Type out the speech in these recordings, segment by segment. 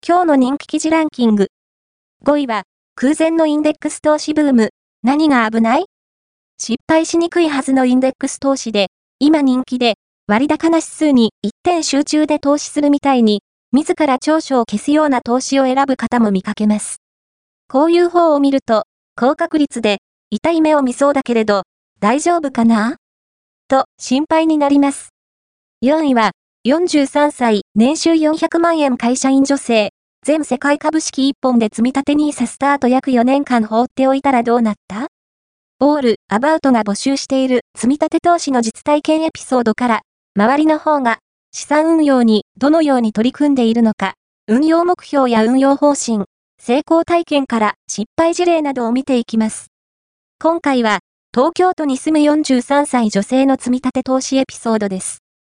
今日の人気記事ランキング。5位は、空前のインデックス投資ブーム。何が危ない？失敗しにくいはずのインデックス投資で、今人気で、割高な指数に一点集中で投資するみたいに、自ら長所を消すような投資を選ぶ方も見かけます。こういう方を見ると、高確率で、痛い目を見そうだけれど、大丈夫かな？と、心配になります。4位は、43歳、年収400万円会社員女性、全世界株式1本で積立 NISA スタート約4年間放っておいたらどうなった？オール・アバウトが募集している積立投資の実体験エピソードから、周りの方が資産運用にどのように取り組んでいるのか、運用目標や運用方針、成功体験から失敗事例などを見ていきます。今回は、東京都に住む43歳女性の積立投資エピソードです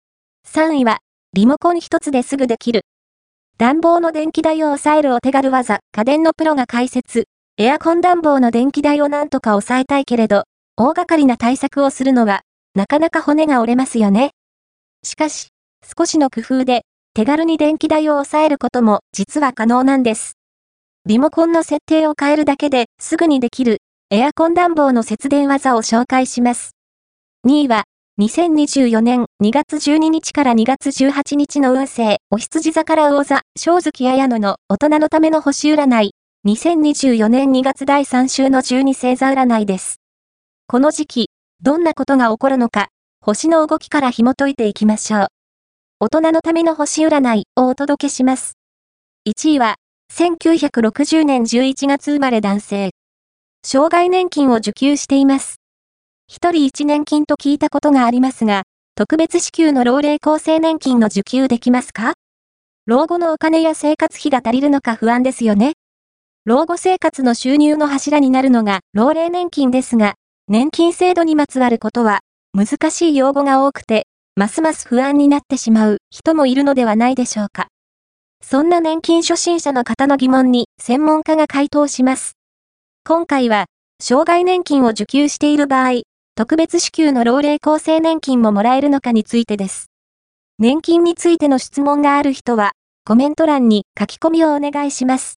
。3位は、リモコン一つですぐできる。暖房の電気代を抑えるお手軽技、家電のプロが解説。エアコン暖房の電気代をなんとか抑えたいけれど、大掛かりな対策をするのは、なかなか骨が折れますよね。しかし、少しの工夫で、手軽に電気代を抑えることも実は可能なんです。リモコンの設定を変えるだけですぐにできる、エアコン暖房の節電技を紹介します。2位は、2024年2月12日から2月18日の運勢、お羊座から魚座、正月綾乃の大人のための星占い、2024年2月第3週の12星座占いです。この時期、どんなことが起こるのか、星の動きから紐解いていきましょう。大人のための星占いをお届けします。1位は、1960年11月生まれ男性。生涯年金を受給しています。一人一年金と聞いたことがありますが、特別支給の老齢厚生年金の受給できますか？老後のお金や生活費が足りるのか不安ですよね。老後生活の収入の柱になるのが老齢年金ですが、年金制度にまつわることは難しい用語が多くて、ますます不安になってしまう人もいるのではないでしょうか。そんな年金初心者の方の疑問に専門家が回答します。今回は、生涯年金を受給している場合、特別支給の老齢厚生年金ももらえるのかについてです。年金についての質問がある人は、コメント欄に書き込みをお願いします。